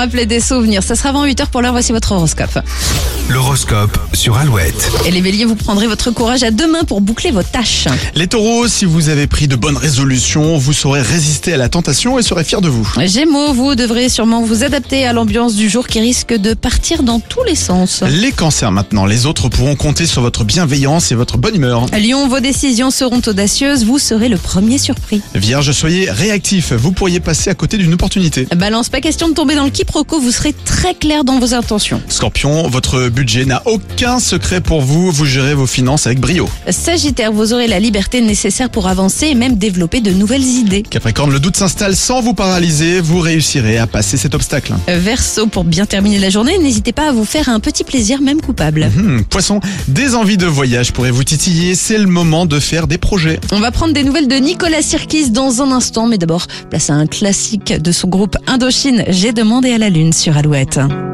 rappeler des souvenirs. Ça sera avant 8h pour l'heure. Voici votre horoscope. L'horoscope sur Alouette. Et les béliers, vous prendrez votre courage à deux mains pour boucler vos tâches. Les taureaux, si vous avez pris de bonnes résolutions, vous saurez résister à la tentation et serez fiers de vous. Gémeaux, vous devrez sûrement vous adapter à l'ambiance du jour qui risque de partir dans tous les sens. Les cancers maintenant, les autres pourront compter sur votre bienveillance et votre bonne humeur. Lion, vos décisions seront audacieuses, vous serez le premier surpris. Vierge, soyez réactif, vous pourriez passer à côté d'une opportunité. Balance, pas question de tomber dans le quiproquo, vous serez très clair dans vos intentions. Scorpion, votre budget n'a aucun secret pour vous, vous gérez vos finances avec brio. Sagittaire, vous aurez la liberté nécessaire pour avancer et même développer de nouvelles idées. Capricorne, le doute s'installe sans vous paralyser, vous réussirez à passer cet obstacle. Verseau, pour bien terminer la journée, n'hésitez pas à vous faire un petit plaisir, même coupable. Poisson, des envies de voyage pourraient vous titiller, c'est le moment de faire des projets. On va prendre des nouvelles de Nicolas Sirkis dans un instant, mais d'abord, place à un classique de son groupe Indochine, J'ai demandé à la lune sur Alouette.